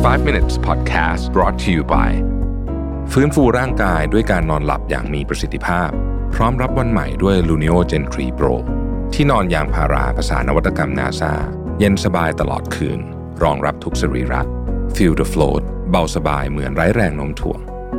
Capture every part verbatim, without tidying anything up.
five minutes podcast brought to you by ฟื้นฟูร่างกายด้วยการนอนหลับอย่างมีประสิทธิภาพพร้อมรับวันใหม่ด้วย Luno Gen ทรี Pro ที่นอนยางพาราภาษานวัตกรรม NASA เย็นสบายตลอดคืนรองรับทุกสรีระ Feel the float เบาสบายเหมือนไร้แรงโน้มถ่วง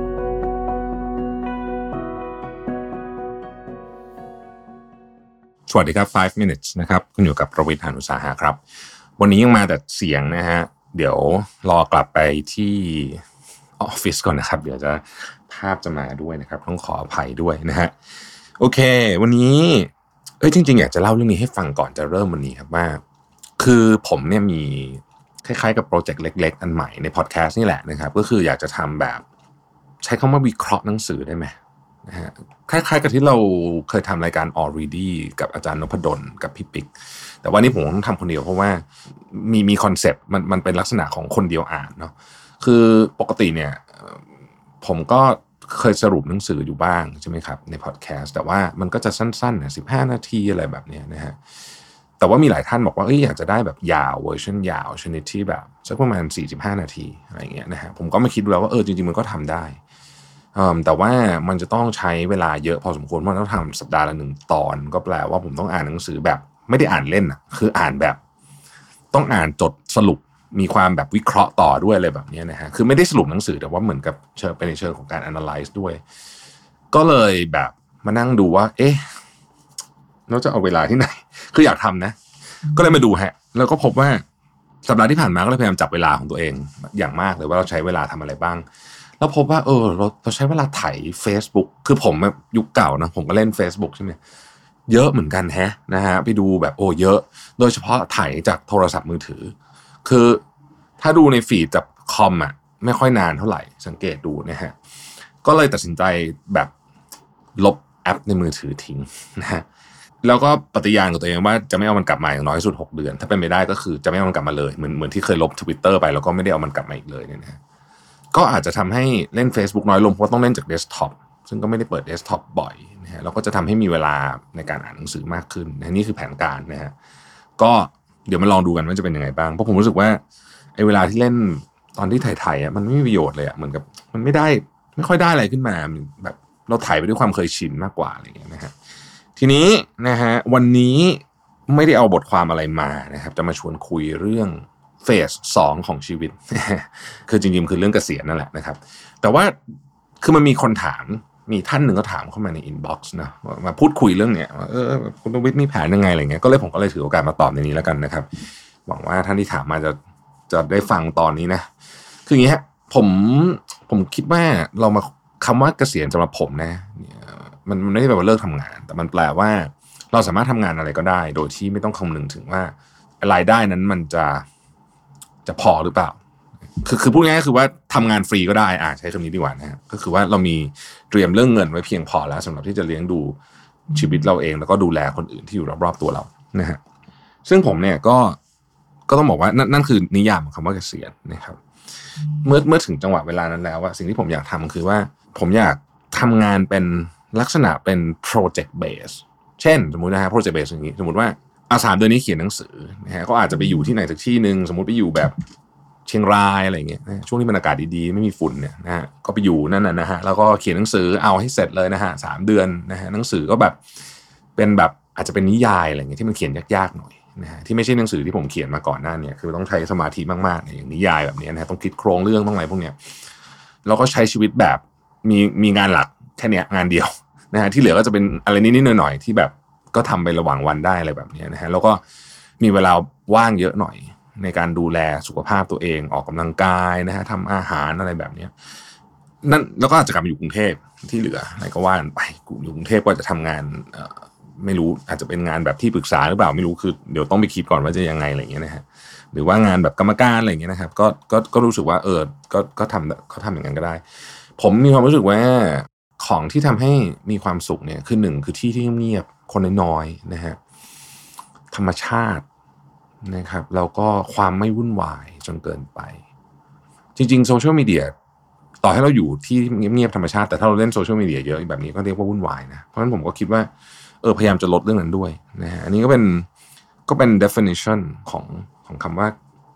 สวัสดีครับfive minutes นะครับคุณอยู่กับประวิทย์ หาญอุตสาหะครับวันนี้ยังมาแต่เสียงนะฮะเดี๋ยวรอกลับไปที่ออฟฟิศก่อนนะครับเดี๋ยวจะภาพจะมาด้วยนะครับต้องขออภัยด้วยนะฮะโอเควันนี้เอ้ยจริงๆอยากจะเล่าเรื่องนี้ให้ฟังก่อนจะเริ่มวันนี้ครับว่าคือผมเนี่ยมีคล้ายๆกับโปรเจกต์เล็กๆอันใหม่ในพอดแคสต์นี่แหละนะครับก็คืออยากจะทำแบบใช้คำว่าวิเคราะห์หนังสือได้ไหมนะฮะคล้ายๆกับที่เราเคยทำรายการ All Ready กับอาจารย์นพดลกับพี่ปิ๊กแต่ว่านี่ผมต้องทำคนเดียวเพราะว่ามีมีคอนเซปต์มันมันเป็นลักษณะของคนเดียวอ่านเนาะคือปกติเนี่ยผมก็เคยสรุปหนังสืออยู่บ้างใช่ไหมครับในพอดแคสต์แต่ว่ามันก็จะสั้นๆนะสิบห้านาทีอะไรแบบนี้นะฮะแต่ว่ามีหลายท่านบอกว่าเอ้ยอยากจะได้แบบยาวเวอร์ชันยาวชนิดที่แบบสักประมาณสี่สิบห้านาทีอะไรอย่างเงี้ยนะฮะผมก็ไม่คิดแล้วว่าเออจริงๆมันก็ทำได้แต่ว่ามันจะต้องใช้เวลาเยอะพอสมควรเพราะต้องทำสัปดาห์ละหนึ่งตอนก็แปลว่าผมต้องอ่านหนังสือแบบไม่ได้อ่านเล่นอ่ะคืออ่านแบบต้องอ่านจดสรุปมีความแบบวิเคราะห์ต่อด้วยอะไรแบบนี้นะฮะคือไม่ได้สรุปหนังสือแต่ว่าเหมือนกับเชิงเป็นในเชิงของการ analyze ด้วยก็เลยแบบมานั่งดูว่าเอ๊ะเราจะเอาเวลาที่ไหนคืออยากทำนะก็เลยมาดูฮะแล้วก็พบว่าสัปดาห์ที่ผ่านมาก็เลยพยายามจับเวลาของตัวเองอย่างมากเลยว่าเราใช้เวลาทำอะไรบ้างแล้วพบว่าเออเราเราใช้เวลาไถ Facebook คือผมยุคเก่านะผมก็เล่น Facebook ใช่ไหมเยอะเหมือนกันแฮะนะฮะไปดูแบบโอ้เยอะโดยเฉพาะไถจากโทรศัพท์มือถือคือถ้าดูในฟีดจากคอมอ่ะไม่ค่อยนานเท่าไหร่สังเกตดูนะฮะก็เลยตัดสินใจแบบลบแอปในมือถือทิ้งนะฮะแล้วก็ปฏิญาณกับตัวเองว่าจะไม่เอามันกลับมาอย่างน้อยสุดหกเดือนถ้าเป็นไปได้ก็คือจะไม่เอามันกลับมาเลยเหมือนเหมือนที่เคยลบ Twitter ไปแล้วก็ไม่ได้เอามันกลับมาอีกเลยเนี่ยนะก็อาจจะทำให้เล่น Facebook น้อยลงเพราะต้องเล่นจากเดสก์ท็อปซึ่งก็ไม่ได้เปิดเดสก์ท็อปบ่อยนะฮะแล้วก็จะทำให้มีเวลาในการอ่านหนังสือมากขึ้นนะนี่คือแผนการนะฮะก็เดี๋ยวมาลองดูกันว่าจะเป็นยังไงบ้างเพราะผมรู้สึกว่าไอ้เวลาที่เล่นตอนที่ถ่ายๆอ่ะมันไม่มีประโยชน์เลยอ่ะเหมือนกับมันไม่ได้ไม่ค่อยได้อะไรขึ้นมาแบบเราถ่ายไปด้วยความเคยชินมากกว่าอะไรอย่างเงี้ยนะฮะทีนี้นะฮะวันนี้ไม่ได้เอาบทความอะไรมานะครับจะมาชวนคุยเรื่องเฟสสองของชีวิตคือจริงๆคือเรื่องเกษียณนั่นแหละนะครับแต่ว่าคือมันมีคนถามมีท่านหนึ่งก็ถามเข้ามาในอินบ็อกซ์นะมาพูดคุยเรื่องเนี้ยเออคุณประวิตรมีแผนยังไงอะไรเงี้ยก็เลยผมก็เลยถือโอกาสมาตอบในนี้แล้วกันนะครับหวังว่าท่านที่ถามมาจะจะได้ฟังตอนนี้นะคืออย่างนี้ฮะผมผมคิดว่าเรามาคำว่าเกษียณสำหรับผมนะมันมันไม่ได้แปลว่าเลิกทำงานแต่มันแปลว่าเราสามารถทำงานอะไรก็ได้โดยที่ไม่ต้องคำนึงถึงว่ารายได้นั้นมันจะจะพอหรือเปล่าคือคือพูดง่ายๆคือว่าทำงานฟรีก็ได้อ่าใช้คำนี้ดีกว่านะฮะก็คือว่าเรามีเตรียมเรื่องเงินไว้เพียงพอแล้วสำหรับที่จะเลี้ยงดูชีวิตเราเองแล้วก็ดูแลคนอื่นที่อยู่รอบๆตัวเรานะฮะซึ่งผมเนี่ยก็ก็ต้องบอกว่านั่นนั่นคือนิยามของคำว่าเกษียณนะครับเมื่อเมื่อถึงจังหวะเวลานั้นแล้วว่าสิ่งที่ผมอยากทำคือว่าผมอยากทำงานเป็นลักษณะเป็น project base เช่นสมมุตินะฮะ project base อย่างนี้สมมุติว่าอาสามเดือนนี้เขียนหนังสือนะฮะก็อาจจะไปอยู่ที่ไหนสักที่นึงสมมุติไปอยู่แบบเชียงรายอะไรเงี้ยช่วงที่มันอากาศดีๆไม่มีฝุ่นเนี่ยนะฮะก็ไปอยู่นั่นน่ะนะฮะแล้วก็เขียนหนังสือเอาให้เสร็จเลยนะฮะสามเดือนนะฮะหนังสือก็แบบเป็นแบบอาจจะเป็นนิยายอะไรเงี้ยที่มันเขียนยากๆหน่อยนะฮะที่ไม่ใช่หนังสือที่ผมเขียนมาก่อนหน้าเนี่ยคือต้องใช้สมาธิมากๆอย่างนิยายแบบนี้นะฮะต้องคิดโครงเรื่องต้องอะไรพวกเนี้ยแล้วก็ใช้ชีวิตแบบมีมีงานหลักแค่เนี้ยงานเดียวนะฮะที่เหลือก็จะเป็นอะไรนิดๆหน่อยๆที่แบบก็ทำไประหว่างวันได้อะไรแบบนี้นะฮะแล้วก็มีเวลาว่างเยอะหน่อยในการดูแลสุขภาพตัวเองออกกำลังกายนะฮะทำอาหารอะไรแบบนี้นั่นแล้วก็อาจจะกลับมาอยู่กรุงเทพที่เหลืออะไรก็ว่าไปอยู่กรุงเทพก็จะทำงานไม่รู้อาจจะเป็นงานแบบที่ปรึกษาหรือเปล่าไม่รู้คือเดี๋ยวต้องไปคิดก่อนว่าจะยังไงอะไรอย่างเงี้ยนะฮะหรือว่างานแบบกรรมการอะไรอย่างเงี้ยนะครับก็ก็ก็รู้สึกว่าเออก็ก็ทำเขาทำอย่างนั้นก็ได้ผมมีความรู้สึกว่าของที่ทำให้มีความสุขเนี่ยคือหนึ่งคือที่ที่เงียบคนน้อยๆนะฮะธรรมชาตินะครับแล้วก็ความไม่วุ่นวายจนเกินไปจริงๆโซเชียลมีเดียต่อให้เราอยู่ที่เงียบๆธรรมชาติแต่ถ้าเราเล่นโซเชียลมีเดียเยอะแบบนี้ก็เรียกว่าวุ่นวายนะเพราะฉะนั้นผมก็คิดว่าเออพยายามจะลดเรื่องนั้นด้วยนะฮะอันนี้ก็เป็นก็เป็น definition ของของคำว่า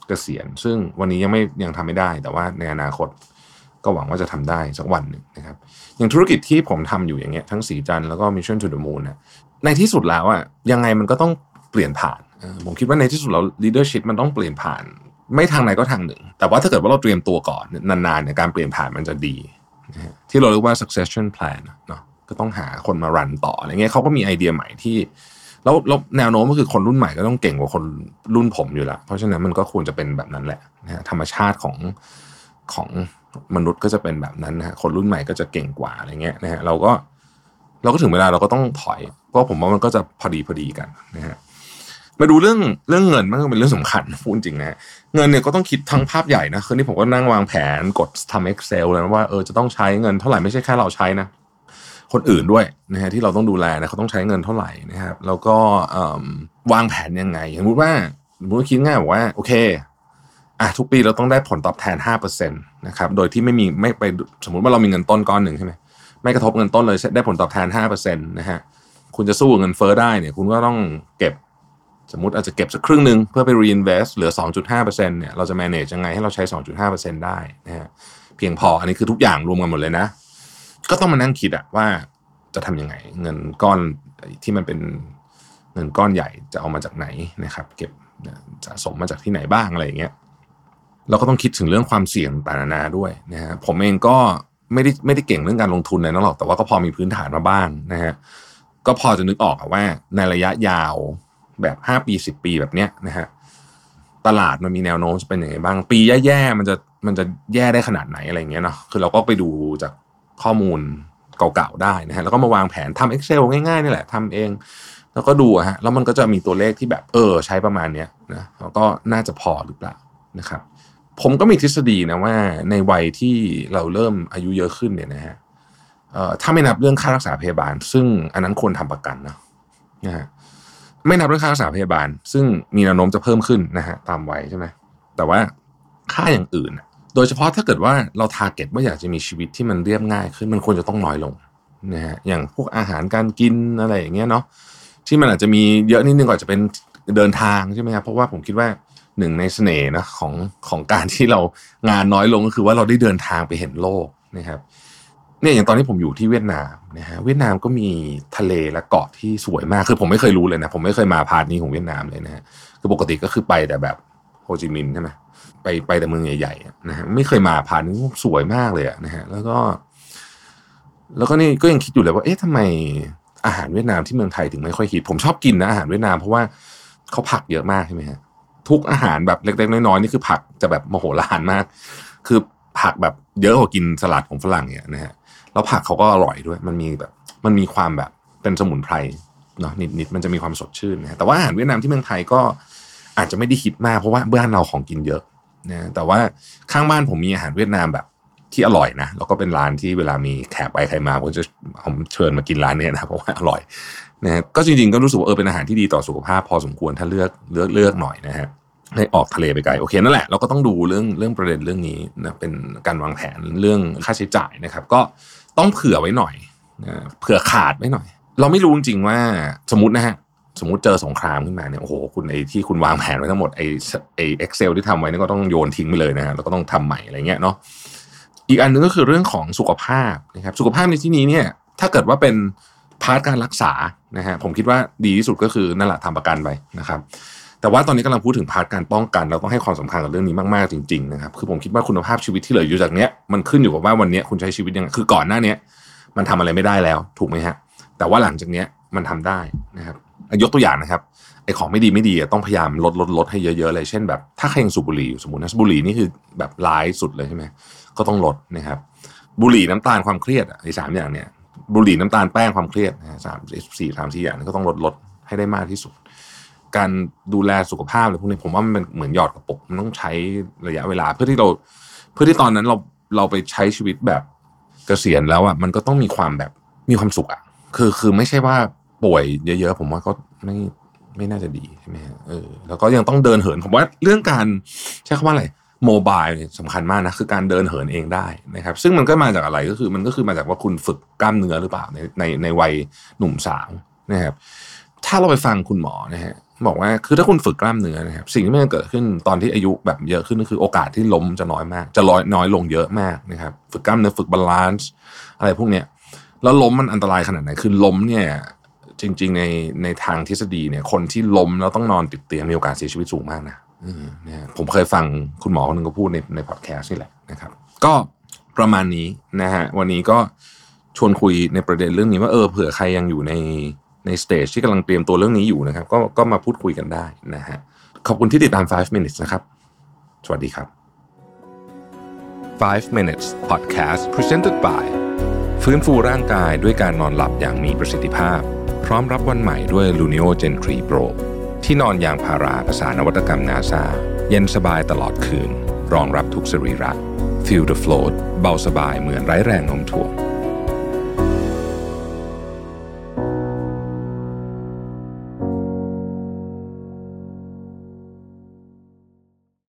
เกษียณซึ่งวันนี้ยังไม่ยังทำไม่ได้แต่ว่าในอนาคตก็หวังว่าจะทำได้สักวันหนึ่งนะครับอย่างธุรกิจที่ผมทำอยู่อย่างเงี้ยทั้งสีจันทร์แล้วก็ Mission to the Moon นะในที่สุดแล้วอะยังไงมันก็ต้องเปลี่ยนผ่านผมคิดว่าในที่สุดแล้ว leadership มันต้องเปลี่ยนผ่านไม่ทางไหนก็ทางหนึ่งแต่ว่าถ้าเกิดว่าเราเตรียมตัวก่อนนานๆเนี่ยการเปลี่ยนผ่านมันจะดีนะฮะที่เราเรียกว่า succession plan เนาะก็ต้องหาคนมารันต่ออะไรเงี้ยเขาก็มีไอเดียใหม่ที่แล้วแล้วแนวโน้มก็คือคนรุ่นใหม่ก็ต้องเก่งกว่าคนรุ่นผมอยู่แล้วเพราะฉะนั้นมันก็ควรจะเป็นแบบนั้นแหละนะฮะธรรมชาติของของมนุษย์ก็จะเป็นแบบนั้นนะฮะคนรุ่นใหม่ก็จะเก่งกว่าอะไรเงี้ยนะฮะเราก็เราก็ถึงเวลาเราก็ต้องถอยเพราะผมว่ามันก็จะพอดีพอดีกันนะฮะมาดูเรื่องเรื่องเงินมันก็เป็นเรื่องสำคัญพูดจริงนะเงินเนี่ยก็ต้องคิดทั้งภาพใหญ่นะคือนี่ผมก็นั่งวางแผนกดทำ Excel เลยว่าเออจะต้องใช้เงินเท่าไหร่ไม่ใช่แค่เราใช้นะคนอื่นด้วยนะฮะที่เราต้องดูแลนะเขาต้องใช้เงินเท่าไหร่นะครับแล้วก็วางแผนยังไงสมมติว่าสมมติว่าคิดง่ายบอกว่าโอเคอ่ะทุกปีเราต้องได้ผลตอบแทน ห้าเปอร์เซ็นต์ นะครับโดยที่ไม่มีไม่ไปสมมุติว่าเรามีเงินต้นก้อนหนึ่งใช่ไหมไม่กระทบเงินต้นเลยได้ผลตอบแทน ห้าเปอร์เซ็นต์ นะฮะคุณจะสู้เงินเฟ้อได้เนี่ยคุณก็ต้องเก็บสมมุติอาจจะเก็บสักครึ่งนึงเพื่อไป reinvest เหลือ สองจุดห้าเปอร์เซ็นต์ เนี่ยเราจะ manage ยังไงให้เราใช้ สองจุดห้าเปอร์เซ็นต์ ได้นะฮะเพียงพออันนี้คือทุกอย่างรวมกันหมดเลยนะก็ต้องมานั่งคิดอะว่าจะทำยังไงเงินก้อนที่มันเป็นเงินก้อนใหญ่จะเอามาจากไหนนะครับเก็บสะสมมาจากที่ไหนบ้างอะไรอย่างเงี้ยเราก็ต้องคิดถึงเรื่องความเสี่ยงต่างๆนานาด้วยนะฮะผมเองก็ไม่ได้ไม่ได้เก่งเรื่องการลงทุนเลยนะหรอกแต่ว่าก็พอมีพื้นฐานมาบ้างนะฮะก็พอจะนึกออกว่าในระยะยาวแบบห้าปีสิบปีแบบเนี้ยนะฮะตลาดมันมีแนวโน้มจะเป็นยังไงบ้างปีแย่ๆมันจะมันจะแย่ได้ขนาดไหนอะไรเงี้ยเนาะคือเราก็ไปดูจากข้อมูลเก่าๆได้นะฮะแล้วก็มาวางแผนทำ Excel ง่ายๆนี่แหละทำเองแล้วก็ดูอะฮะแล้วมันก็จะมีตัวเลขที่แบบเออใช้ประมาณเนี้ยนะแล้วก็น่าจะพอหรือเปล่านะครับผมก็มีทฤษฎีนะว่าในวัยที่เราเริ่มอายุเยอะขึ้นเนี่ยนะฮะเอ่อถ้าไม่นับเรื่องค่ารักษาพยาบาลซึ่งอันนั้นควรทำประกันนะนะฮะไม่นับเรื่องค่ารักษาพยาบาลซึ่งมีแนวโน้มจะเพิ่มขึ้นนะฮะตามวัยใช่ไหมแต่ว่าค่าอย่างอื่นโดยเฉพาะถ้าเกิดว่าเราทาร์เก็ตว่าอยากจะมีชีวิตที่มันเรียบง่ายขึ้นมันควรจะต้องน้อยลงนะฮะอย่างพวกอาหารการกินอะไรอย่างเงี้ยเนาะที่มันอาจจะมีเยอะนิดนึงก่อนจะเป็นเดินทางใช่ไหมครับเพราะว่าผมคิดว่าหนึ่งในเสน่ห์นะของของการที่เรางานน้อยลงก็คือว่าเราได้เดินทางไปเห็นโลกนะครับเนี่ยอย่างตอนที่ผมอยู่ที่เวียดนามนะฮะเวียดนามก็มีทะเลและเกาะที่สวยมากคือผมไม่เคยรู้เลยนะผมไม่เคยมาพาร์ทนี้ของเวียดนามเลยนะฮะคือปกติก็คือไปแต่แบบโฮจิมินห์ใช่ไหมไปไปแต่เมืองใหญ่ๆนะฮะไม่เคยมาพาร์ทนี้สวยมากเลยนะฮะแล้วก็แล้วก็นี่ก็ยังคิดอยู่เลยว่าเอ๊ะทำไมอาหารเวียดนามที่เมืองไทยถึงไม่ค่อยฮิตผมชอบกินนะอาหารเวียดนามเพราะว่าเขาผักเยอะมากใช่ไหมฮะทุกอาหารแบบเล็กๆน้อยๆนี่คือผักจะแบบมโหฬารมากคือผักแบบเยอะกว่ากินสลัดของฝรั่งเนี่ยนะฮะแล้วผักเขาก็อร่อยด้วยมันมีแบบมันมีความแบบเป็นสมุนไพรเนาะนิดๆมันจะมีความสดชื่นนะแต่ว่าอาหารเวียดนามที่เมืองไทยก็อาจจะไม่ได้ฮิตมากเพราะว่าบ้านเราของกินเยอะนะแต่ว่าข้างบ้านผมมีอาหารเวียดนามแบบที่อร่อยนะแล้วก็เป็นร้านที่เวลามีแขกไปใครมาผมจะผมเชิญมากินร้านนี้นะเพราะว่าอร่อยนะก็จริงๆก็รู้สึกว่าเออเป็นอาหารที่ดีต่อสุขภาพพอสมควรถ้าเลือกเลือกเลือกหน่อยนะฮะให้ออกทะเลไปไกลโอเคนั่นแหละเราก็ต้องดูเรื่องเรื่องประเด็นเรื่องนี้นะเป็นการวางแผนเรื่องค่าใช้จ่ายนะครับก็ต้องเผื่อไว้หน่อยนะเผื่อขาดไว้หน่อยเราไม่รู้จริงๆว่าสมมตินะฮะสมมติเจอสงครามขึ้นมาเนี่ยโอ้โหคุณไอ้ที่คุณวางแผนไว้ทั้งหมดไอ้ไอ้ Excel ที่ทำไว้นี่ก็ต้องโยนทิ้งไปเลยนะฮะแล้วก็ต้องทำใหม่อะไรเงี้ยเนาะอีกอันนึงก็คือเรื่องของสุขภาพนะครับสุขภาพในที่นี้เนี่ยถ้าเกิดว่าเป็นพาร์ทการรักษานะฮะผมคิดว่าดีที่สุดก็คือนั่นแหละทำประกันไปนะครับแต่ว่าตอนนี้กำลังพูดถึงพาร์ทการป้องกันเราต้องให้ความสำคัญกับเรื่องนี้มากๆจริงๆนะครับคือผมคิดว่าคุณภาพชีวิตที่เหลืออยู่จากเนี้ยมันขึ้นอยู่กับว่าวันนี้คุณใช้ชีวิตยังไงคือก่อนหน้านี้มันทำอะไรไม่ได้แล้วถูกไหมฮะแต่ว่าหลังจากเนี้ยมันทำได้นะครับยกตัวอย่างนะครับไอ้ของไม่ดีไม่ดีต้องพยายามลดลดลดให้เยอะๆเลยเช่นแบบถ้าใครยังสูบบุหรี่อยู่สมมตินะบุหรี่นี่คือแบบร้ายสุดเลยใช่ไหมก็ต้องลดนะครับบุหรี่น้ำตาลความเครียดไอ้สามอย่างเนี้ยบุหรี่น้ำตาลแป้งความเครียดนะสามสี่สามสี่อย่างนี้ก็ต้องลดลดให้ได้มากที่สุดการดูแลสุขภาพอะไรพวกนี้ผมว่ามันเป็นเหมือนหยอดกระปุกมันต้องใช้ระยะเวลาเพื่อที่เราเพื่อที่ตอนนั้นเราเราไปใช้ชีวิตแบบเกษียณแล้วอ่ะมันก็ต้องมีความแบบมีความสุขอ่ะคือคือไม่ใช่ว่าป่วยเยอะๆผมว่าก็ไม่ไม่น่าจะดีใช่ไหมเออแล้วก็ยังต้องเดินเหินผมว่าเรื่องการใช้คำว่าอะไรโมบายสำคัญมากนะคือการเดินเหินเองได้นะครับซึ่งมันก็มาจากอะไรก็คือมันก็คือมาจากว่าคุณฝึกกล้ามเนื้อหรือเปล่าในในในวัยหนุ่มสาวนะครับถ้าเราไปฟังคุณหมอนะฮะบอกว่าคือถ้าคุณฝึกกล้ามเนื้อนะครับสิ่งที่มันจะเกิดขึ้นตอนที่อายุแบบเยอะขึ้นก็คือโอกาสที่ล้มจะน้อยมากจะน้อยน้อยลงเยอะมากนะครับฝึกกล้ามเนื้อฝึกบาลานซ์อะไรพวกเนี้ยแล้วล้มมันอันตรายขนาดไหนคือล้มเนี่ยจริงๆในในทางทฤษฎีเนี่ยคนที่ล้มแล้วต้องนอนติดเตียงมีโอกาสเสียชีวิตสูงมากนะเนี่ยผมเคยฟังคุณหมอคนนึงก็พูดในในพอดแคสต์นี่แหละนะครับก็ประมาณนี้นะฮะวันนี้ก็ชวนคุยในประเด็นเรื่องนี้ว่าเออเผื่อใครยังอยู่ในในสเตจที่กำลังเตรียมตัวเรื่องนี้อยู่นะครับก็ก็มาพูดคุยกันได้นะฮะขอบคุณที่ติดตามไฟว์ minutes นะครับสวัสดีครับไฟว์ minutes podcast presented by ฟื้นฟูร่างกายด้วยการนอนหลับอย่างมีประสิทธิภาพพร้อมรับวันใหม่ด้วย Luno Gen ทรี Pro ที่นอนยางพาราภาษานวัตกรรม NASA เย็นสบายตลอดคืนรองรับทุกสรีระ Feel the float เบาสบายเหมือนไร้แรงโน้มถ่วง